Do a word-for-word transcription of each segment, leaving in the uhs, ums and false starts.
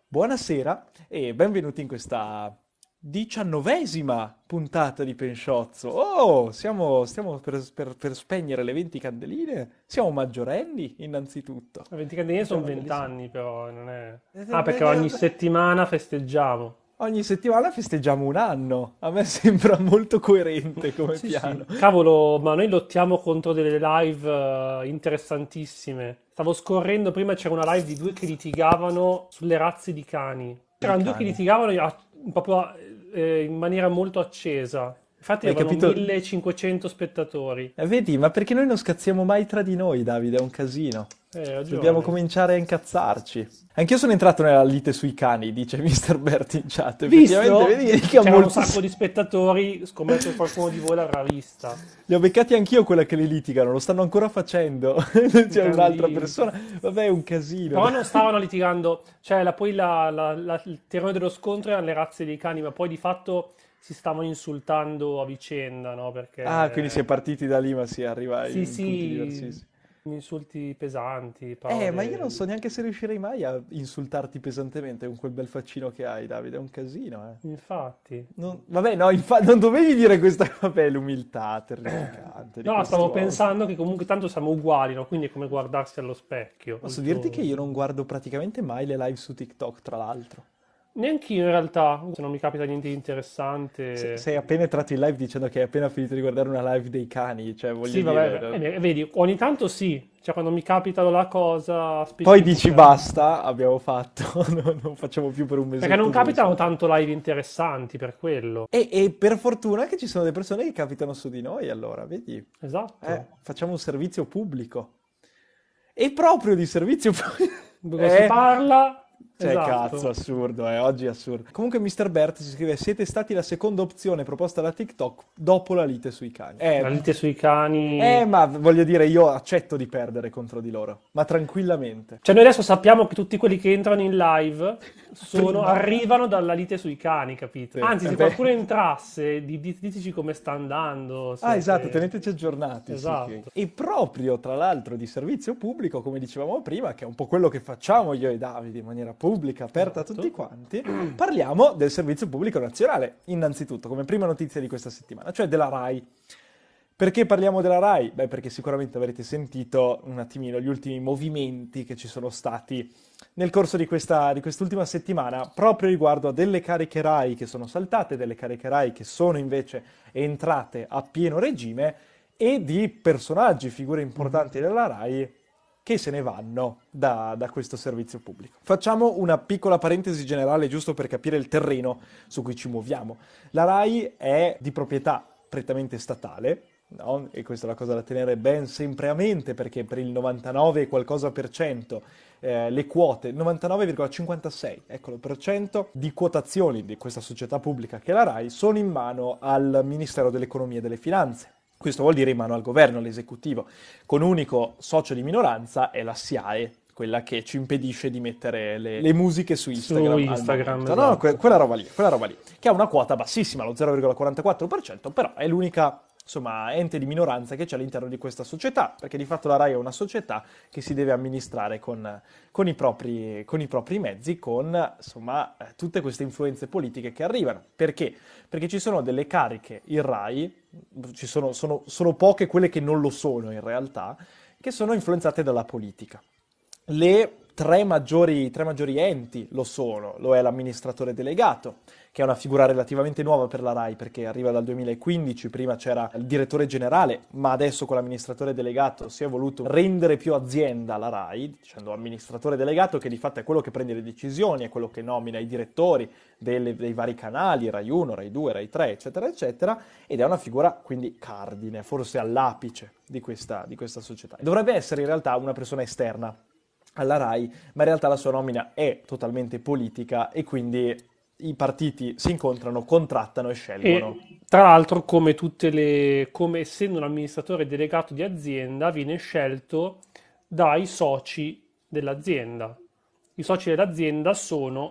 Buonasera e benvenuti in questa diciannovesima puntata di Pensciozzo. Oh, siamo, stiamo per, per- per spegnere le venti candeline. Siamo maggiorenni, innanzitutto. venti candele sono Diciamo venti delle sì. anni però, non è... Eh, eh, Ah, beh, perché beh, ogni beh, settimana festeggiamo. ogni settimana festeggiamo un anno. A me sembra molto coerente come Sì, piano. sì. Cavolo, ma noi lottiamo contro delle live eh, interessantissime. Stavo scorrendo prima, c'era una live di due che litigavano sulle razze di cani. Di C'erano due che cani. litigavano a- proprio eh, in maniera molto accesa. Infatti Ma hai avevano capito? millecinquecento spettatori. Eh, vedi, ma perché noi non scazziamo mai tra di noi, Davide? È un casino. Eh, hai Dobbiamo ragione. cominciare a incazzarci. Anch'io sono entrato nella lite sui cani, dice mister Bert in chat. Effettivamente, Visto? vedi che ha C'erano un molto sacco di senso. spettatori, scommetto che qualcuno di voi l'avrà vista. Li ho beccati anch'io quella che li litigano, lo stanno ancora facendo. C'è un'altra persona. Incredibile. Vabbè, è un casino. Però non stavano litigando, cioè la- poi la- la- la- il terrore dello scontro erano le razze dei cani, ma poi di fatto si stavano insultando a vicenda, no? Ah, quindi si è Perché partiti da lì, ma si arriva sì, in punti sì, diversissimi. insulti pesanti, Eh, ma io non so parole... neanche se riuscirei mai a insultarti pesantemente con quel bel faccino che hai, Davide. È un casino, eh. Infatti. Non- vabbè, no, infatti non dovevi dire questa. Vabbè, l'umiltà terrificante di No, stavo quest'uomo. pensando che comunque tanto siamo uguali, no? Quindi è come guardarsi allo specchio. Posso dirti che Molto... io non guardo praticamente mai le live su TikTok, tra l'altro. Neanch'io in realtà, se non mi capita niente di Se- interessante. Sei appena entrato in live dicendo che hai appena finito di guardare una live dei cani, cioè voglio Sì, vabbè, dire. eh, vedi, ogni tanto sì, cioè quando mi capita la cosa Poi dici specifica, basta, abbiamo fatto, no- non facciamo più per un perché non mesetto o due, capitano insomma. tanto live interessanti per quello. E, e per fortuna che ci sono delle persone che capitano su di noi, allora, vedi? Eh, Esatto. facciamo un servizio pubblico. E proprio di servizio pubblico. Quando si Eh, parla, cioè, cazzo, esatto. assurdo, eh, oggi è assurdo. Comunque mister Bert si scrive, siete stati la seconda opzione proposta da TikTok dopo la lite sui cani. La Eh, lite sui eh, cani. ma voglio dire, io accetto di perdere contro di loro, ma tranquillamente. Cioè noi adesso sappiamo che tutti quelli che entrano in live sono- Prima. arrivano dalla lite sui cani, capito? Sì, Anzi, eh se beh. qualcuno entrasse, di- di- diteci come sta andando, Ah, se... esatto, se- teneteci aggiornati, sì. che- Esatto. E proprio, tra l'altro, di servizio pubblico, come dicevamo prima, che è un po' quello che facciamo io e Davide in maniera pubblica, aperta a tutti Esatto. quanti, parliamo del servizio pubblico nazionale, innanzitutto, come prima notizia di questa settimana, cioè della RAI. Perché parliamo della RAI? Beh, perché sicuramente avrete sentito un attimino gli ultimi movimenti che ci sono stati nel corso di questa, di quest'ultima settimana, proprio riguardo a delle cariche RAI che sono saltate, delle cariche RAI che sono invece entrate a pieno regime e di personaggi, figure Mhm. importanti della RAI che se ne vanno da, da questo servizio pubblico. Facciamo una piccola parentesi generale giusto per capire il terreno su cui ci muoviamo. La RAI è di proprietà prettamente statale, no? E questa è la cosa da tenere ben sempre a mente perché per il novantanove e qualcosa per cento eh, le quote, novantanove virgola cinquantasei eccolo, per cento di quotazioni di questa società pubblica che è la RAI sono in mano al Ministero dell'Economia e delle Finanze. Questo vuol dire in mano al governo, all'esecutivo, con unico socio di minoranza è la SIAE, quella che ci impedisce di mettere le, le musiche su Su Instagram al Instagram, momento. No, que- esatto. quella roba lì, quella roba lì, che ha una quota bassissima, lo zero virgola quarantaquattro per cento, però è l'unica insomma, ente di minoranza che c'è all'interno di questa società, perché di fatto la RAI è una società che si deve amministrare con, con i propri, con i propri mezzi, con insomma, eh, tutte queste influenze politiche che arrivano. Perché? Perché ci sono delle cariche in RAI, ci sono, sono, sono poche quelle che non lo sono in realtà, che sono influenzate dalla politica. Le tre maggiori, tre maggiori enti lo sono, lo è l'amministratore delegato, che è una figura relativamente nuova per la RAI perché arriva dal duemilaquindici, prima c'era il direttore generale, ma adesso con l'amministratore delegato si è voluto rendere più azienda la RAI, dicendo amministratore delegato che di fatto è quello che prende le decisioni, è quello che nomina i direttori delle- dei vari canali, Rai uno, Rai due, Rai tre, eccetera, eccetera, ed è una figura quindi cardine, forse all'apice di questa, di questa società. Dovrebbe essere in realtà una persona esterna alla RAI, ma in realtà la sua nomina è totalmente politica e quindi i partiti si incontrano, contrattano e scelgono. E tra l'altro, come tutte le, come essendo un amministratore delegato di azienda, viene scelto dai soci dell'azienda. I soci dell'azienda sono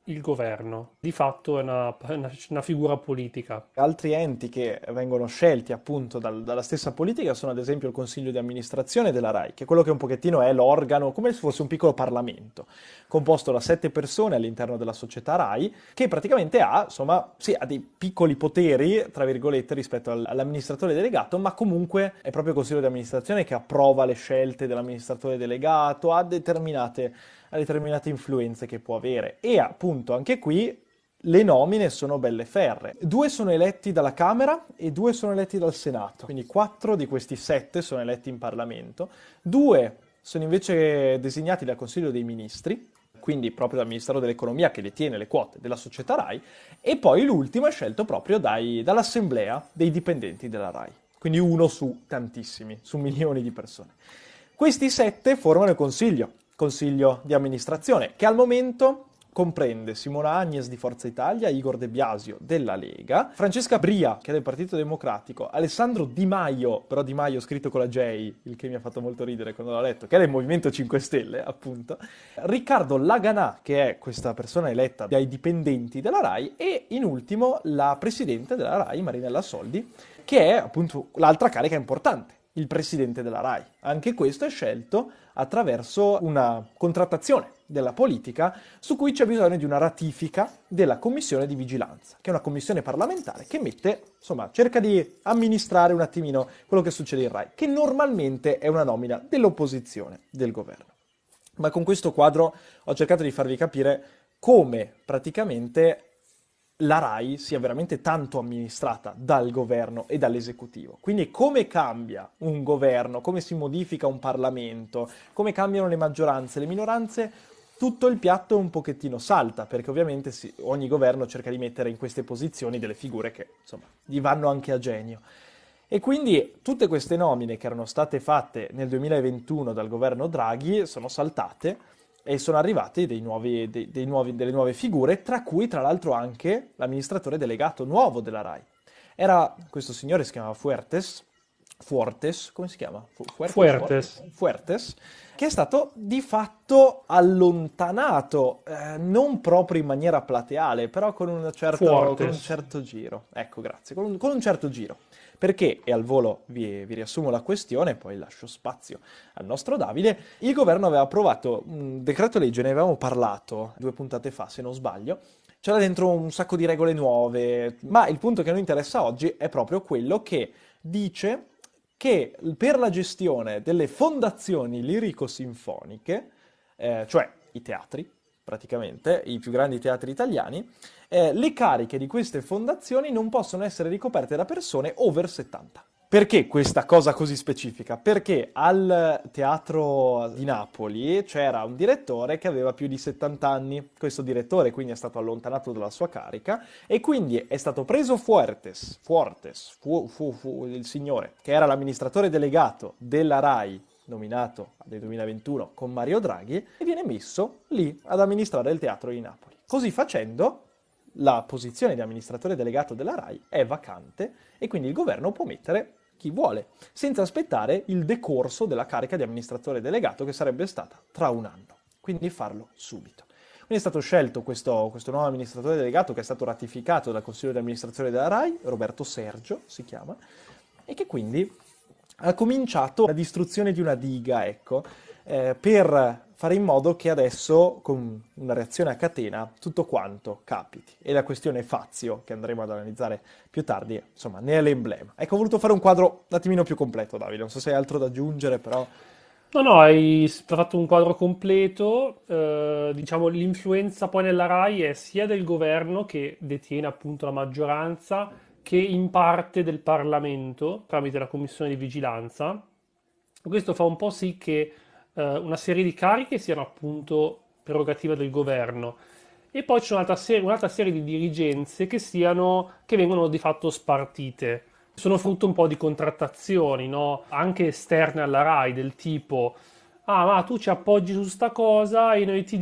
il governo. Di fatto è una, una- una figura politica. Altri enti che vengono scelti appunto dal- dalla stessa politica sono ad esempio il consiglio di amministrazione della RAI, che è quello che un pochettino è l'organo, come se fosse un piccolo Parlamento, composto da sette persone all'interno della società RAI, che praticamente ha, insomma, sì, ha dei piccoli poteri, tra virgolette, rispetto al- all'amministratore delegato, ma comunque è proprio il consiglio di amministrazione che approva le scelte dell'amministratore delegato, ha determinate, ha determinate influenze che può avere. E appunto anche qui le nomine sono belle ferre. Due sono eletti dalla Camera e due sono eletti dal Senato, quindi quattro di questi sette sono eletti in Parlamento. Due sono invece designati dal Consiglio dei Ministri, quindi proprio dal Ministero dell'Economia che detiene le quote della società RAI, e poi l'ultimo è scelto proprio dai- dall'Assemblea dei dipendenti della RAI, quindi uno su tantissimi, su milioni di persone. Questi sette formano il Consiglio, Consiglio di amministrazione, che al momento comprende Simona Agnes di Forza Italia, Igor De Biasio della Lega, Francesca Bria, che è del Partito Democratico, Alessandro Di Maio, però Di Maio scritto con la J, il che mi ha fatto molto ridere quando l'ho letto, che è del Movimento cinque Stelle, appunto, Riccardo Laganà, che è questa persona eletta dai dipendenti della RAI, e in ultimo la presidente della RAI, Marinella Soldi, che è appunto l'altra carica importante, il presidente della RAI. Anche questo è scelto attraverso una contrattazione della politica su cui c'è bisogno di una ratifica della commissione di vigilanza, che è una commissione parlamentare che mette, insomma, cerca di amministrare un attimino quello che succede in RAI, che normalmente è una nomina dell'opposizione del governo. Ma con questo quadro ho cercato di farvi capire come praticamente la RAI sia veramente tanto amministrata dal governo e dall'esecutivo. Quindi come cambia un governo, come si modifica un Parlamento, come cambiano le maggioranze, le minoranze, tutto il piatto un pochettino salta, perché ovviamente si- ogni governo cerca di mettere in queste posizioni delle figure che, insomma, gli vanno anche a genio. E quindi tutte queste nomine che erano state fatte nel duemilaventuno dal governo Draghi sono saltate e sono arrivati dei nuovi, dei, dei nuovi- delle nuove figure, tra cui tra l'altro anche l'amministratore delegato nuovo della RAI. Era questo signore, si chiamava Fuertes, Fuertes, come si chiama? Fu- Fuertes, Fuertes, Fuertes. Fuertes, che è stato di fatto allontanato, eh, non proprio in maniera plateale, però con un certo, con un Fuertes. certo giro. Ecco, grazie, con un, con un certo giro. Perché, e al volo vi, vi riassumo la questione, poi lascio spazio al nostro Davide, il governo aveva approvato un decreto legge, ne avevamo parlato due puntate fa, se non sbaglio. C'era dentro un sacco di regole nuove, ma il punto che a noi interessa oggi è proprio quello che dice che per la gestione delle fondazioni lirico-sinfoniche, eh, cioè i teatri, praticamente, i più grandi teatri italiani, eh, le cariche di queste fondazioni non possono essere ricoperte da persone over settanta. Perché questa cosa così specifica? Perché al teatro di Napoli c'era un direttore che aveva più di settanta anni. Questo direttore quindi è stato allontanato dalla sua carica e quindi è stato preso Fuertes, Fuertes, fu, fu, fu il signore, che era l'amministratore delegato della RAI, nominato nel duemilaventuno con Mario Draghi, e viene messo lì ad amministrare il teatro di Napoli. Così facendo, la posizione di amministratore delegato della RAI è vacante e quindi il governo può mettere chi vuole, senza aspettare il decorso della carica di amministratore delegato che sarebbe stata tra un anno. Quindi farlo subito. Quindi è stato scelto questo, questo nuovo amministratore delegato che è stato ratificato dal Consiglio di amministrazione della RAI, Roberto Sergio si chiama, e che quindi ha cominciato la distruzione di una diga, ecco, eh, per fare in modo che adesso, con una reazione a catena, tutto quanto capiti. E la questione Fazio, che andremo ad analizzare più tardi, insomma, ne è l'emblema. Ecco, ho voluto fare un quadro un attimino più completo, Davide. Non so se hai altro da aggiungere, però... No, no, hai s- fatto un quadro completo. Eh, diciamo, l'influenza poi nella RAI è sia del governo che detiene appunto la maggioranza, che in parte del Parlamento tramite la commissione di vigilanza. Questo fa un po' sì che eh, una serie di cariche siano appunto prerogativa del governo e poi c'è un'altra serie, un'altra serie di dirigenze che siano, che vengono di fatto spartite. Sono frutto un po' di contrattazioni, no? Anche esterne alla RAI, del tipo, ah, ma tu ci appoggi su sta cosa e noi ti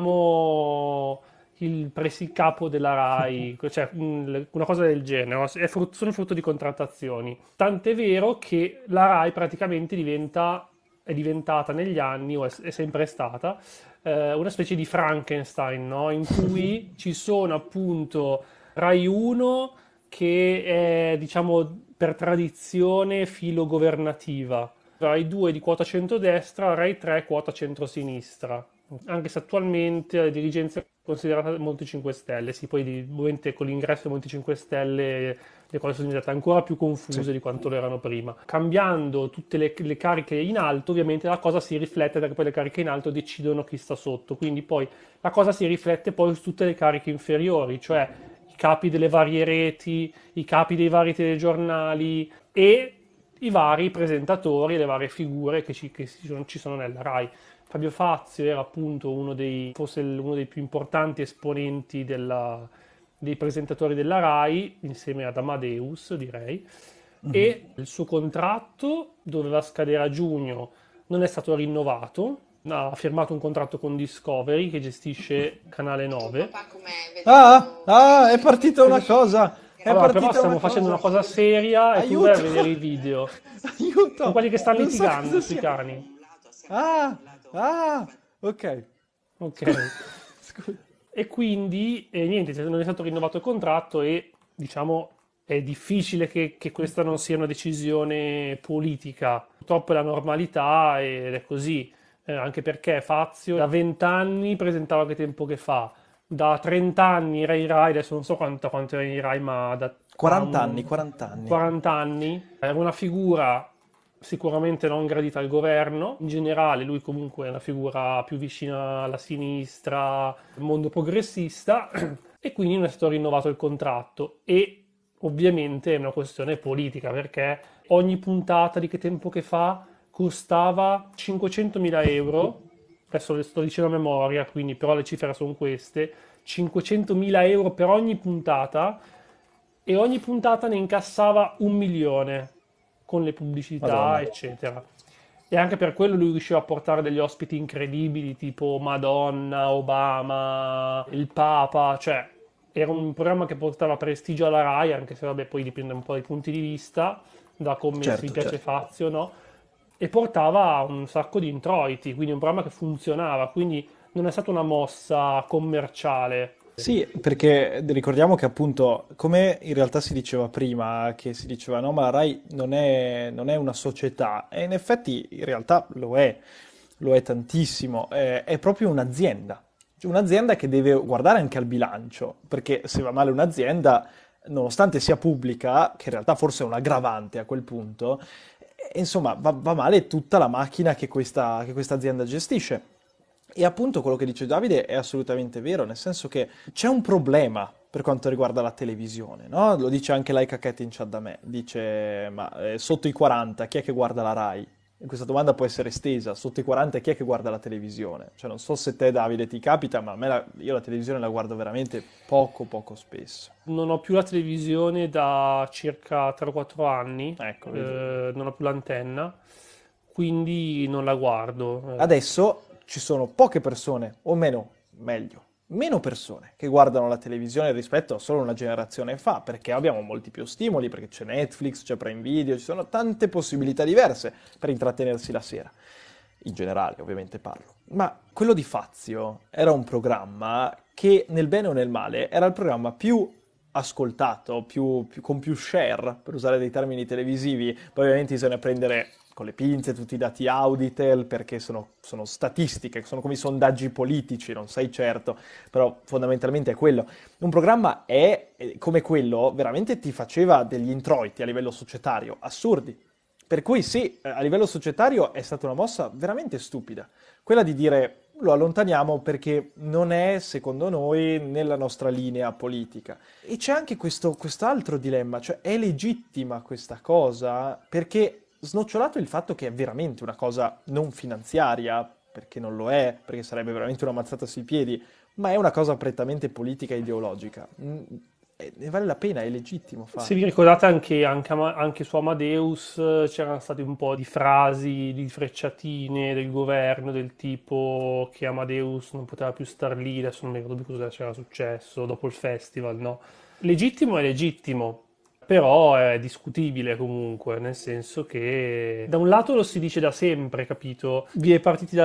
diamo il presi capo della RAI, cioè mh, una cosa del genere, no? È frutto- sono frutto di contrattazioni. Tant'è vero che la RAI praticamente diventa, è diventata negli anni, o è, è sempre stata, eh, una specie di Frankenstein, no? In cui ci sono appunto Rai uno che è, diciamo, per tradizione filogovernativa, Rai due di quota centrodestra, Rai tre quota centrosinistra, anche se attualmente la dirigenza è considerata molto cinque Stelle, sì, poi di- ovviamente con l'ingresso del Movimento cinque Stelle le cose sono diventate ancora più Sì. confuse di quanto lo erano prima. Cambiando tutte le, le cariche in alto, ovviamente la cosa si riflette perché poi le cariche in alto decidono chi sta sotto, quindi poi la cosa si riflette poi su tutte le cariche inferiori, cioè i capi delle varie reti, i capi dei vari telegiornali e i vari presentatori, le varie figure che ci, che ci sono, ci sono nella Rai. Fabio Fazio era appunto uno dei, forse il- uno dei più importanti esponenti della- dei presentatori della Rai, insieme ad Amadeus, direi, Mhm. e il suo contratto doveva scadere a giugno, non è stato rinnovato, ha firmato un contratto con Discovery che gestisce Canale nove. Ah, ah, è partita una cosa, è Allora, però partita una stiamo facendo una cosa. cosa seria e tu vai a Aiuto, vedere i video. Sono aiuto, quelli che stanno non so litigando cosa sui sia. cani. Ah, ah, ok. Scusa, Ok. scusa. E quindi, eh, niente, cioè, non è stato rinnovato il contratto e, diciamo, è difficile che, che questa non sia una decisione politica. Purtroppo è la normalità ed è così. Eh, anche perché Fazio da venti anni presentava Che tempo che fa, da trenta anni era in Rai, adesso non so quanto, quanto era in Rai, ma da ha quaranta anni, un- quaranta anni. quaranta anni, era una figura sicuramente non gradita al governo. In generale, lui comunque è una figura più vicina alla sinistra, al mondo progressista, e quindi non è stato rinnovato il contratto. E ovviamente è una questione politica, perché ogni puntata di Che tempo che fa costava cinquecentomila euro. Adesso le sto dicendo a memoria, quindi però le cifre sono queste. cinquecentomila euro per ogni puntata e ogni puntata ne incassava un milione con le pubblicità, Madonna. eccetera. E anche per quello lui riusciva a portare degli ospiti incredibili, tipo Madonna, Obama, il Papa, cioè era un programma che portava prestigio alla Rai, anche se vabbè poi dipende un po' dai punti di vista, da come si Certo, piace certo. Fazio, no? E portava un sacco di introiti, quindi un programma che funzionava, quindi non è stata una mossa commerciale. Sì, perché ricordiamo che appunto, come in realtà si diceva prima, che si diceva no, ma la Rai non è, non è una società, e in effetti in realtà lo è, lo è tantissimo, è, è proprio un'azienda. Cioè, un'azienda che deve guardare anche al bilancio, perché se va male un'azienda, nonostante sia pubblica, che in realtà forse è un aggravante a quel punto, eh, insomma va, va male tutta la macchina che questa, che questa azienda gestisce. E appunto quello che dice Davide è assolutamente vero, nel senso che c'è un problema per quanto riguarda la televisione, no? Lo dice anche Laika Cat in chat da me, dice ma eh, sotto i quaranta chi è che guarda la Rai? E questa domanda può essere estesa, sotto i quaranta chi è che guarda la televisione? Cioè non so se te Davide ti capita, ma a me la- io la televisione la guardo veramente poco poco spesso. Non ho più la televisione da circa tre o quattro anni, Ecco, vedi. eh, non ho più l'antenna, quindi non la guardo. Eh, Adesso ci sono poche persone, o meno, meglio, meno persone che guardano la televisione rispetto a solo una generazione fa, perché abbiamo molti più stimoli, perché c'è Netflix, c'è Prime Video, ci sono tante possibilità diverse per intrattenersi la sera. In generale, ovviamente parlo. Ma quello di Fazio era un programma che, nel bene o nel male, era il programma più ascoltato, più, più- con più share, per usare dei termini televisivi. Poi ovviamente bisogna prendere con le pinze tutti i dati Auditel, perché sono, sono statistiche, sono come i sondaggi politici, non sei certo, però fondamentalmente è quello. Un programma è, eh, come quello, veramente ti faceva degli introiti a livello societario, assurdi. Per cui sì, eh, a livello societario è stata una mossa veramente stupida. Quella di dire lo allontaniamo perché non è, secondo noi, nella nostra linea politica. E c'è anche questo quest'altro dilemma, cioè è legittima questa cosa perché snocciolato il fatto che è veramente una cosa non finanziaria, perché non lo è, perché sarebbe veramente una mazzata sui piedi, ma è una cosa prettamente politica e ideologica. Mm, e ne vale la pena, è legittimo Se farlo. vi ricordate anche, anche Ama- anche su Amadeus eh, c'erano stati un po' di frasi, di frecciatine del governo del tipo che Amadeus non poteva più star lì, adesso non mi ricordo più cosa c'era successo dopo il festival, no? Legittimo è legittimo, però è discutibile comunque, nel senso che da un lato lo si dice da sempre, capito? Vi è partiti dalla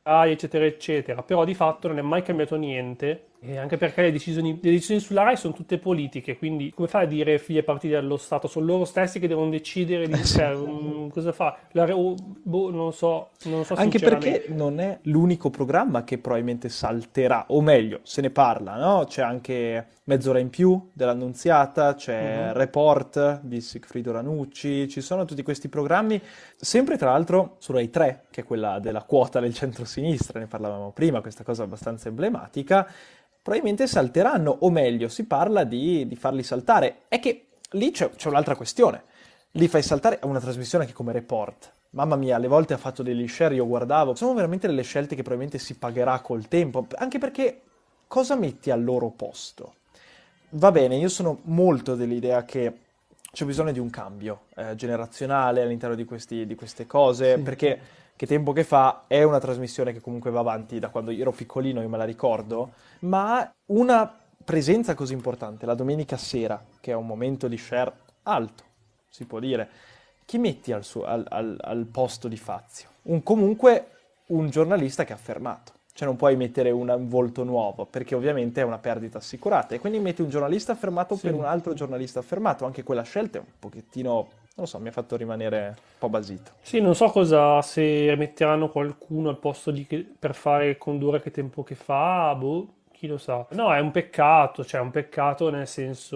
Rai, eccetera, eccetera, però di fatto non è mai cambiato niente, e anche perché le decisioni, le decisioni sulla Rai sono tutte politiche, quindi come fai a dire figli e partiti dallo Stato? Sono loro stessi che devono decidere Eh di, sì. cioè, mm, cosa fa? La, o- boh, non lo so, non lo so Anche perché sinceramente. non è l'unico programma che probabilmente salterà, o meglio, se ne parla, no? C'è anche Mezz'ora in più dell'Annunziata, c'è Mhm. Report di Sigfrido Ranucci, ci sono tutti questi programmi, sempre tra l'altro su Rai tre, che è quella della quota del centro-sinistra, ne parlavamo prima, questa cosa abbastanza emblematica, probabilmente salteranno, o meglio, si parla di, di farli saltare. È che lì c'è c'è un'altra questione. Li fai saltare a una trasmissione che come Report. Mamma mia, alle volte ha fatto degli share, io guardavo. Sono veramente delle scelte che probabilmente si pagherà col tempo. Anche perché cosa metti al loro posto? Va bene, io sono molto dell'idea che c'è bisogno di un cambio eh, generazionale all'interno di questi- di queste cose, Sì. perché che tempo che fa è una trasmissione che comunque va avanti da quando io ero piccolino, io me la ricordo, ma una presenza così importante, la domenica sera, che è un momento di share alto, si può dire, chi metti al, suo- al- al- al posto di Fazio? Un, comunque un giornalista che ha affermato. Cioè non puoi mettere un, un volto nuovo, perché ovviamente è una perdita assicurata. E quindi metti un giornalista affermato per un Sì. altro giornalista affermato. Anche quella scelta è un pochettino, non lo so, mi ha fatto rimanere un po' basito. Sì, non so cosa, se metteranno qualcuno al posto di che- per fare condurre che tempo che fa, boh, chi lo sa. No, è un peccato, cioè è un peccato nel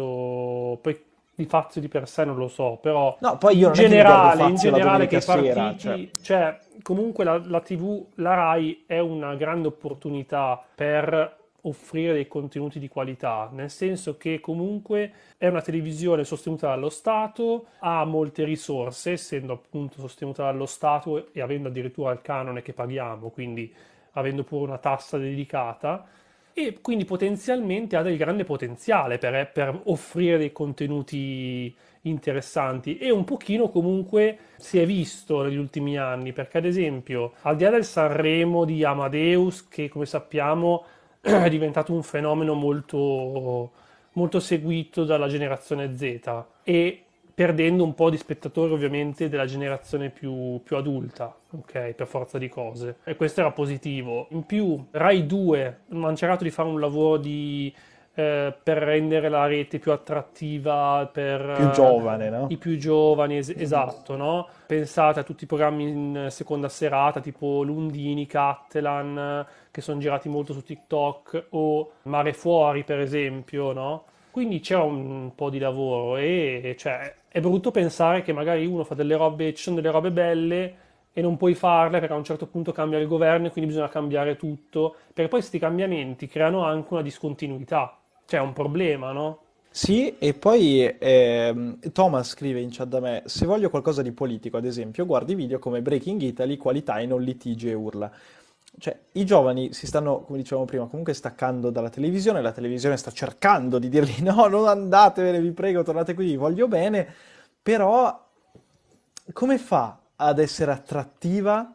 senso, poi di Fazio di per sé non lo so, però No, poi io in non è che mi guardo generale, in Fazio la generale che domenica i sera, cioè... partiti, cioè comunque la, la T V, la Rai è una grande opportunità per offrire dei contenuti di qualità, nel senso che comunque è una televisione sostenuta dallo Stato, ha molte risorse, essendo appunto sostenuta dallo Stato e avendo addirittura il canone che paghiamo, quindi avendo pure una tassa dedicata, e quindi potenzialmente ha del grande potenziale per, per offrire dei contenuti interessanti e un pochino comunque si è visto negli ultimi anni, perché ad esempio, al di là del Sanremo di Amadeus, che come sappiamo è diventato un fenomeno molto, molto seguito dalla generazione Z e perdendo un po' di spettatori ovviamente della generazione più, più adulta, ok, per forza di cose. E questo era positivo. In più, Rai due hanno cercato di fare un lavoro di, eh, per rendere la rete più attrattiva per Più eh, giovane, no? i più giovani, es- esatto, no? Pensate a tutti i programmi in seconda serata, tipo Lundini, Cattelan, eh, che sono girati molto su TikTok, o Mare Fuori, per esempio, no? Quindi c'era un po' di lavoro e cioè, è brutto pensare che magari uno fa delle robe, ci sono delle robe belle e non puoi farle perché a un certo punto cambia il governo e quindi bisogna cambiare tutto, perché poi questi cambiamenti creano anche una discontinuità, cioè è un problema, no? Sì, e poi ehm, Thomas scrive in chat da me, se voglio qualcosa di politico, ad esempio, guardi video come Breaking Italy, qualità e non litigi e urla. Cioè, i giovani si stanno, come dicevamo prima, comunque staccando dalla televisione, la televisione sta cercando di dirgli no, non andatevene, vi prego, tornate qui, vi voglio bene, però come fa ad essere attrattiva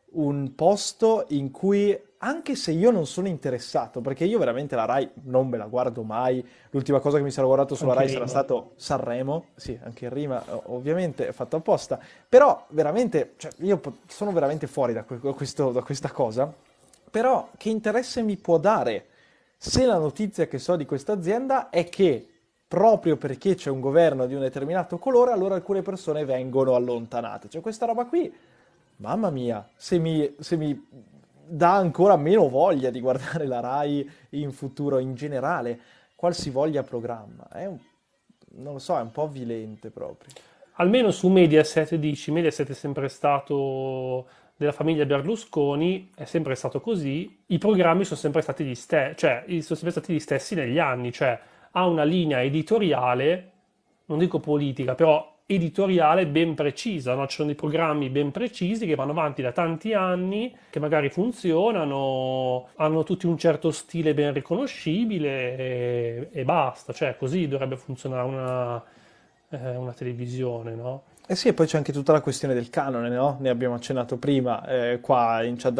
un posto in cui, anche se io non sono interessato, perché io veramente la Rai non me la guardo mai, l'ultima cosa che mi sarò guardato sulla Anche Rai sarà Rima. stato Sanremo, sì, anche in rima, o- ovviamente è fatto apposta, però veramente, cioè, io po- sono veramente fuori da, que- da questo- da questa cosa, però che interesse mi può dare se la notizia che so di questa azienda è che proprio perché c'è un governo di un determinato colore, allora alcune persone vengono allontanate. Cioè questa roba qui, mamma mia, se mi, se mi dà ancora meno voglia di guardare la Rai in futuro in generale, qualsivoglia programma. È un, non lo so, è un po' avvilente proprio. Almeno su Mediaset dici, Mediaset è sempre stato della famiglia Berlusconi, è sempre stato così, i programmi sono sempre stati gli stessi, cioè i- sono sempre stati gli stessi negli anni, cioè ha una linea editoriale, non dico politica, però editoriale ben precisa, no? Ci sono dei programmi ben precisi che vanno avanti da tanti anni, che magari funzionano, hanno tutti un certo stile ben riconoscibile e, e basta, cioè così dovrebbe funzionare una, eh, una televisione, no? Eh sì, e poi c'è anche tutta la questione del canone, no? Ne abbiamo accennato prima, eh, qua in chat da me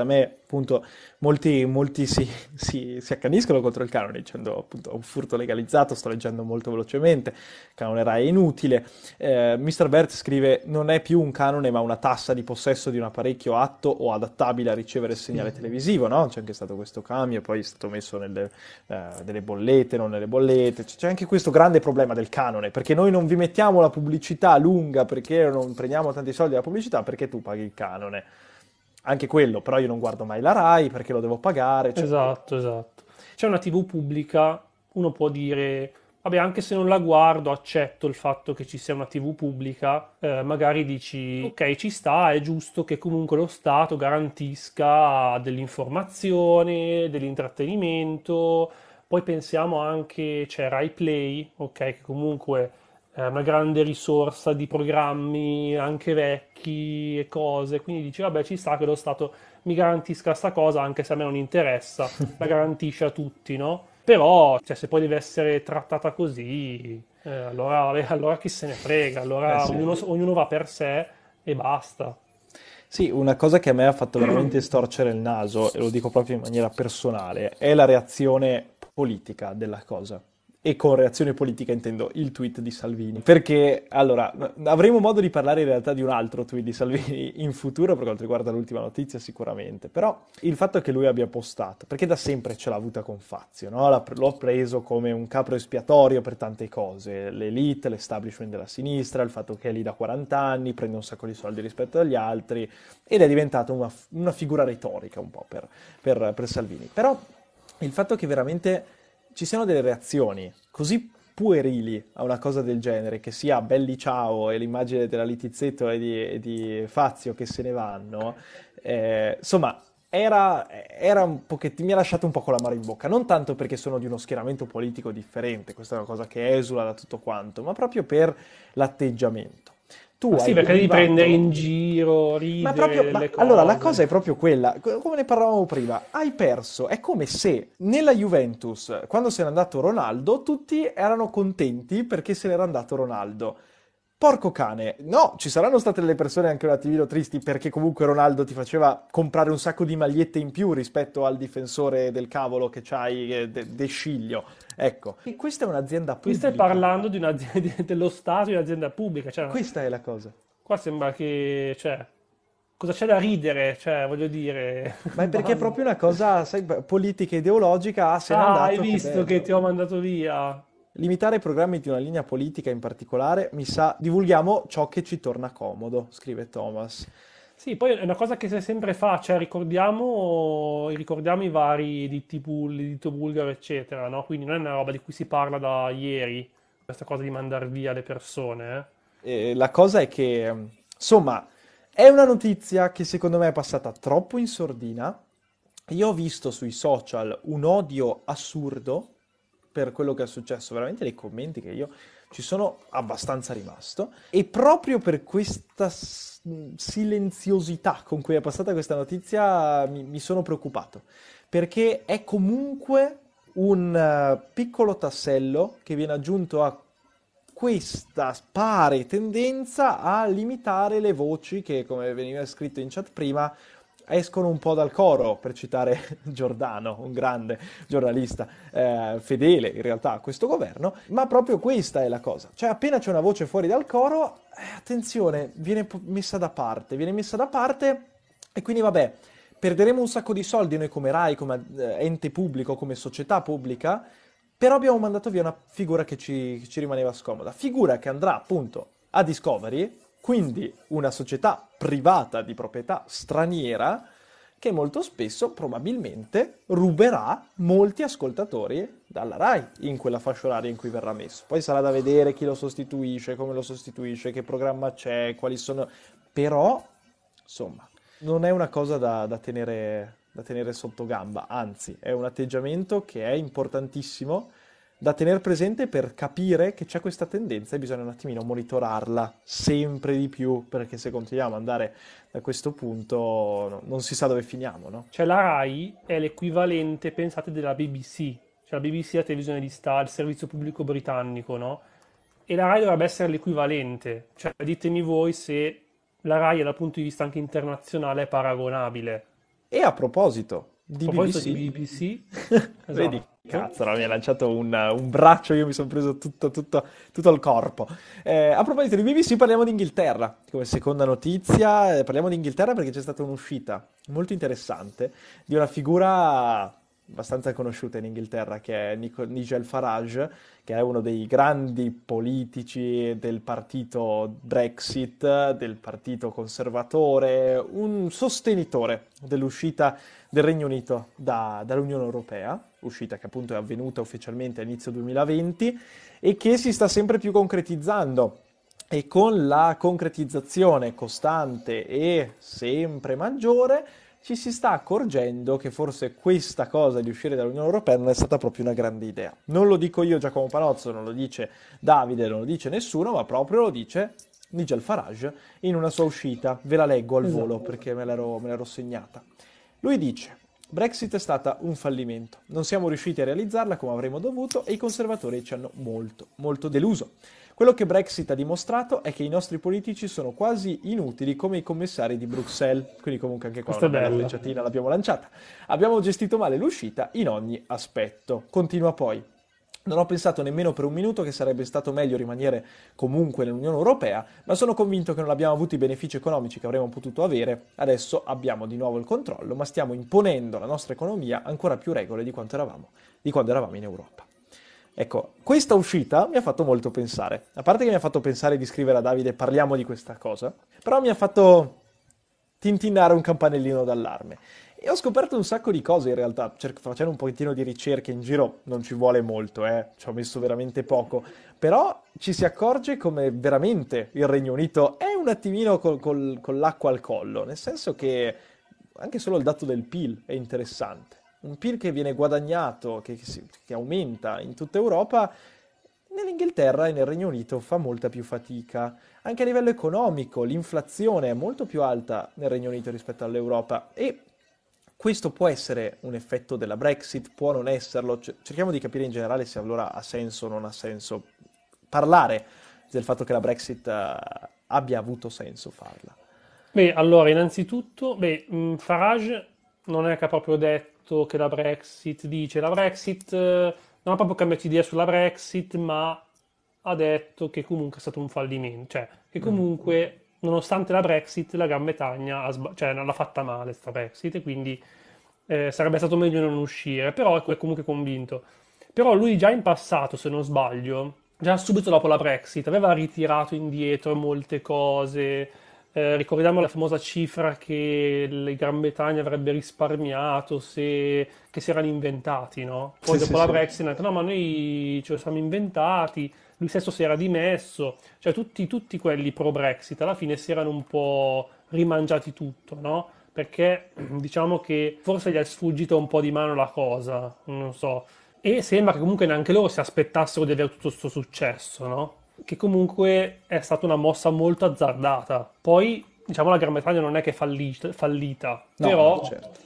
appunto molti, molti si, si, si accaniscono contro il canone dicendo appunto un furto legalizzato, sto leggendo molto velocemente, il canone Rai è inutile. Eh, mister Bert scrive non è più un canone ma una tassa di possesso di un apparecchio atto o adattabile a ricevere il segnale televisivo, no? C'è anche stato questo cambio, poi è stato messo nelle, eh, nelle bollette, non nelle bollette, c'è anche questo grande problema del canone, perché noi non vi mettiamo la pubblicità lunga perché non prendiamo tanti soldi dalla pubblicità, perché tu paghi il canone. Anche quello, però io non guardo mai la Rai perché lo devo pagare. Cioè... Esatto, esatto. C'è una T V pubblica, uno può dire, vabbè, anche se non la guardo, accetto il fatto che ci sia una T V pubblica, eh, magari dici, ok, ci sta, è giusto che comunque lo Stato garantisca dell'informazione, dell'intrattenimento, poi pensiamo anche, c'è Rai Play, ok, che comunque è una grande risorsa di programmi anche vecchi e cose, quindi dici, vabbè, ci sta che lo Stato mi garantisca sta cosa, anche se a me non interessa, la garantisce a tutti, no? Però, cioè, se poi deve essere trattata così, eh, allora, vabbè, allora chi se ne frega, Eh allora sì. ognuno, ognuno va per sé e basta. Sì, una cosa che a me ha fatto veramente storcere il naso, e lo dico proprio in maniera personale, è la reazione politica della cosa. E con reazione politica intendo il tweet di Salvini. Perché, allora, n- avremo modo di parlare in realtà di un altro tweet di Salvini in futuro per quanto riguarda l'ultima notizia sicuramente, però il fatto che lui abbia postato, perché da sempre ce l'ha avuta con Fazio, no? L'ha- L'ho preso come un capro espiatorio per tante cose, l'elite, l'establishment della sinistra, il fatto che è lì da quaranta anni, prende un sacco di soldi rispetto agli altri, ed è diventato una, una figura retorica un po' per, per, per Salvini. Però il fatto che veramente ci siano delle reazioni così puerili a una cosa del genere, che sia Belli Ciao e l'immagine della Litizzetto e di, e di Fazio che se ne vanno, eh, insomma, era, era un pochettino, mi ha lasciato un po' con l'amaro in bocca, non tanto perché sono di uno schieramento politico differente, questa è una cosa che esula da tutto quanto, ma proprio per l'atteggiamento. Tu Ma sì, hai perché devi prendere derivato in giro, ma ridere proprio, delle ma allora la cosa cose. è proprio quella, co- come ne parlavamo prima, hai perso, è come se nella Juventus, quando se n'è andato Ronaldo, tutti erano contenti perché se n'era andato Ronaldo. Porco cane, no, ci saranno state delle persone anche un attimino tristi perché comunque Ronaldo ti faceva comprare un sacco di magliette in più rispetto al difensore del cavolo che c'hai, eh, De, De Sciglio. Ecco, e questa è un'azienda Qui stai pubblica, parlando di un'azienda dello Stato, di un'azienda pubblica, cioè, questa è la cosa. qua sembra che, cioè, cosa c'è da ridere? Cioè, voglio dire, Ma è perché è basta. proprio una cosa, sai, politica ideologica, ah, se n'è Ah, hai andato, che visto che ti bello. ho mandato via? Limitare i programmi di una linea politica in particolare, mi sa, divulghiamo ciò che ci torna comodo, scrive Thomas. Sì, poi è una cosa che si sempre fa, cioè ricordiamo, ricordiamo i vari diti bul- dito bulgaro, eccetera, no? Quindi non è una roba di cui si parla da ieri, questa cosa di mandare via le persone, eh. E la cosa è che, insomma, è una notizia che secondo me è passata troppo in sordina. Io ho visto sui social un odio assurdo per quello che è successo, veramente nei commenti che io ci sono abbastanza rimasto. E proprio per questa s- silenziosità con cui è passata questa notizia mi, mi sono preoccupato, perché è comunque un eh, piccolo tassello che viene aggiunto a questa pare tendenza a limitare le voci che, come veniva scritto in chat prima, escono un po' dal coro, per citare Giordano, un grande giornalista eh, fedele in realtà a questo governo, ma proprio questa è la cosa. Cioè appena c'è una voce fuori dal coro, eh, attenzione, viene po- messa da parte, viene messa da parte e quindi vabbè, perderemo un sacco di soldi noi come Rai, come eh, ente pubblico, come società pubblica, però abbiamo mandato via una figura che ci, ci rimaneva scomoda. Figura che andrà appunto a Discovery, quindi una società privata di proprietà straniera, che molto spesso probabilmente ruberà molti ascoltatori dalla Rai in quella fascia oraria in cui verrà messo. Poi sarà da vedere chi lo sostituisce, come lo sostituisce, che programma c'è, quali sono... Però, insomma, non è una cosa da, da tenere, da tenere sotto gamba, anzi, è un atteggiamento che è importantissimo da tenere presente per capire che c'è questa tendenza e bisogna un attimino monitorarla sempre di più, perché se continuiamo ad andare da questo punto no- non si sa dove finiamo, no? Cioè la Rai è l'equivalente, pensate, della B B C, cioè la B B C è la televisione di Stato, il servizio pubblico britannico, no? E la Rai dovrebbe essere l'equivalente, cioè ditemi voi se la Rai dal punto di vista anche internazionale è paragonabile. E a proposito A di proposito di B B C, B B C, vedi, esatto. cazzo, no, mi ha lanciato un, un braccio, io mi sono preso tutto, tutto, tutto il corpo. Eh, a proposito di B B C, parliamo di Inghilterra. Come seconda notizia, eh, parliamo di Inghilterra perché c'è stata un'uscita molto interessante di una figura abbastanza conosciuta in Inghilterra, che è Nico- Nigel Farage, che è uno dei grandi politici del partito Brexit, del partito conservatore, un sostenitore dell'uscita del Regno Unito da- dall'Unione Europea, uscita che appunto è avvenuta ufficialmente a inizio duemilaventi e che si sta sempre più concretizzando. E con la concretizzazione costante e sempre maggiore ci si sta accorgendo che forse questa cosa di uscire dall'Unione Europea non è stata proprio una grande idea. Non lo dico io, Giacomo Panozzo, non lo dice Davide, non lo dice nessuno, ma proprio lo dice Nigel Farage in una sua uscita. Ve la leggo al volo Esatto. perché me l'ero, me l'ero segnata. Lui dice: Brexit è stata un fallimento. Non siamo riusciti a realizzarla come avremmo dovuto e i conservatori ci hanno molto, molto deluso. Quello che Brexit ha dimostrato è che i nostri politici sono quasi inutili come i commissari di Bruxelles. Quindi comunque anche qua Questa è una bella bella. frecciatina l'abbiamo lanciata. Abbiamo gestito male l'uscita in ogni aspetto. Continua poi. Non ho pensato nemmeno per un minuto che sarebbe stato meglio rimanere comunque nell'Unione Europea, ma sono convinto che non abbiamo avuto i benefici economici che avremmo potuto avere. Adesso abbiamo di nuovo il controllo, ma stiamo imponendo alla nostra economia ancora più regole di quanto eravamo, di quando eravamo in Europa. Ecco, questa uscita mi ha fatto molto pensare. A parte che mi ha fatto pensare di scrivere a Davide parliamo di questa cosa, però mi ha fatto tintinnare un campanellino d'allarme. E ho scoperto un sacco di cose in realtà, cer- facendo un pochettino di ricerche in giro, non ci vuole molto, eh, ci ho messo veramente poco, però ci si accorge come veramente il Regno Unito è un attimino col- col- con l'acqua al collo, nel senso che anche solo il dato del P I L è interessante. Un P I L che viene guadagnato, che, che si- che aumenta in tutta Europa, nell'Inghilterra e nel Regno Unito fa molta più fatica. Anche a livello economico, l'inflazione è molto più alta nel Regno Unito rispetto all'Europa e questo può essere un effetto della Brexit, può non esserlo. C- cerchiamo di capire in generale se allora ha senso o non ha senso parlare del fatto che la Brexit eh, abbia avuto senso farla. Beh, allora, innanzitutto, beh, mh, Farage non è che ha proprio detto che la Brexit dice, la Brexit eh, non ha proprio cambiato idea sulla Brexit, ma ha detto che comunque è stato un fallimento, cioè che Mhm. comunque, nonostante la Brexit, la Gran Bretagna ha sba- cioè, non l'ha fatta male sta Brexit, e quindi eh, sarebbe stato meglio non uscire, però è comunque convinto. Però lui già in passato, se non sbaglio, già subito dopo la Brexit, aveva ritirato indietro molte cose. Eh, ricordiamo la famosa cifra che il Gran Bretagna avrebbe risparmiato se, che si erano inventati, no? Poi Sì, sì, dopo la sì. Brexit hanno detto no, ma noi ce lo siamo inventati, lui stesso si era dimesso, cioè tutti, tutti quelli pro-Brexit alla fine si erano un po' rimangiati tutto, no? Perché diciamo che forse gli è sfuggita un po' di mano la cosa, non so. E sembra che comunque neanche loro si aspettassero di avere tutto questo successo, no? Che comunque è stata una mossa molto azzardata. Poi, diciamo, la Gran Bretagna non è che è fallit- fallita, No, no, però, certo.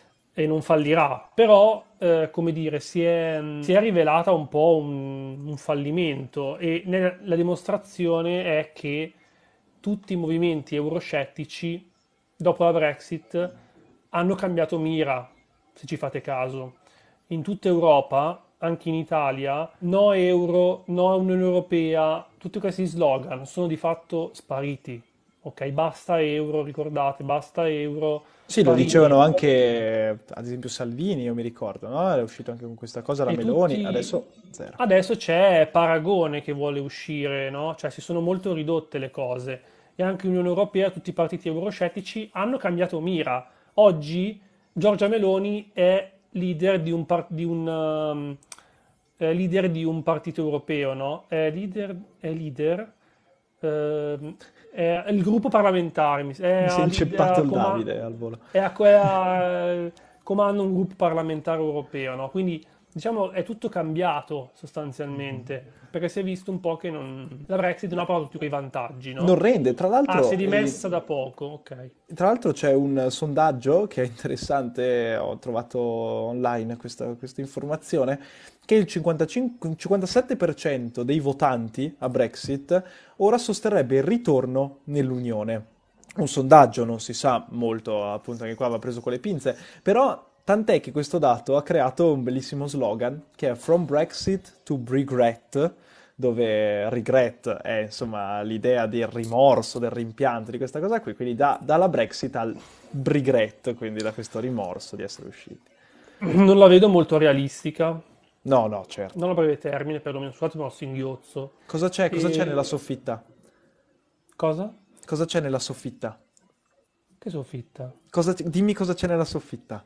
e non fallirà, però, eh, come dire, si è, si è rivelata un po' un, un fallimento e ne- la dimostrazione è che tutti i movimenti euroscettici dopo la Brexit hanno cambiato mira, se ci fate caso. In tutta Europa, anche in Italia, no euro, no Unione Europea, tutti questi slogan sono di fatto spariti. Ok, basta euro, ricordate, basta euro, Sì, lo spariti. dicevano anche, ad esempio, Salvini, io mi ricordo, no? Era uscito anche con questa cosa la E Meloni, tutti... adesso zero. Adesso c'è Paragone che vuole uscire, no? Cioè si sono molto ridotte le cose. E anche l'Unione Europea, tutti i partiti euroscettici hanno cambiato mira. Oggi Giorgia Meloni è leader di un, par- di un, um, è leader di un partito europeo, no? È leader, è leader, ehm, è il gruppo parlamentare, mi- è Mi si è a, lead- inceppato a il coma- Davide al volo. è a, è a- comanda un gruppo parlamentare europeo, no? Quindi diciamo è tutto cambiato sostanzialmente, perché si è visto un po' che non... la Brexit non ha portato tutti quei vantaggi, Non no? rende, tra Ah, si è l'altro, eh, dimessa da poco, ok. tra l'altro c'è un sondaggio che è interessante, ho trovato online questa, questa informazione, che il cinquantacinque, il cinquantasette per cento dei votanti a Brexit ora sosterrebbe il ritorno nell'Unione. un sondaggio, non si sa molto, appunto anche qua va preso con le pinze, però tant'è che questo dato ha creato un bellissimo slogan che è From Brexit to Regret, dove regret è insomma l'idea del rimorso, del rimpianto di questa cosa qui, quindi da- dalla Brexit al regret, quindi da questo rimorso di essere usciti. Non la vedo molto realistica, No, no, certo. non a breve termine, perlomeno, scusate, ma ho singhiozzo. Cosa c'è? Cosa c'è nella E... soffitta? Cosa? Cosa c'è nella soffitta? Che soffitta? Cosa c- dimmi cosa c'è nella soffitta.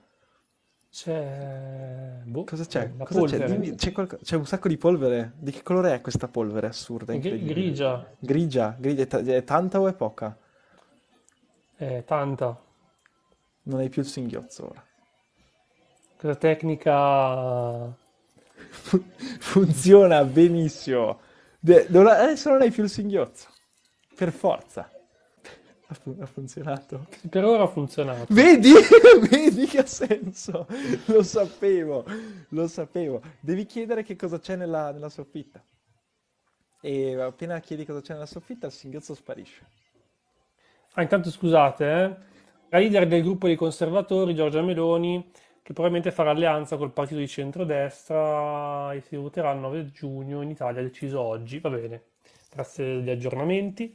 C'è... boh, Cosa c'è? la Cosa c'è? polvere. Dimmi, c'è qualco- c'è un sacco di polvere. Di che colore è questa polvere assurda, Gri- incredibile? grigia. Grigia? Grigia è, ta- è tanta o è poca? È tanta. Non hai più il singhiozzo ora. Questa tecnica... Fu- Funziona benissimo. De- non ha- adesso non hai più il singhiozzo. Per forza. Ha, fu- ha funzionato. Per ora ha funzionato. Vedi? Vedi che ha senso? Lo sapevo, lo sapevo. Devi chiedere che cosa c'è nella, nella soffitta. E appena chiedi cosa c'è nella soffitta, il singhiozzo sparisce. Ah, intanto scusate, eh. La leader del gruppo dei conservatori, Giorgia Meloni, che probabilmente farà alleanza col partito di centrodestra e si voterà il nove giugno in Italia, deciso oggi, va bene, grazie agli aggiornamenti.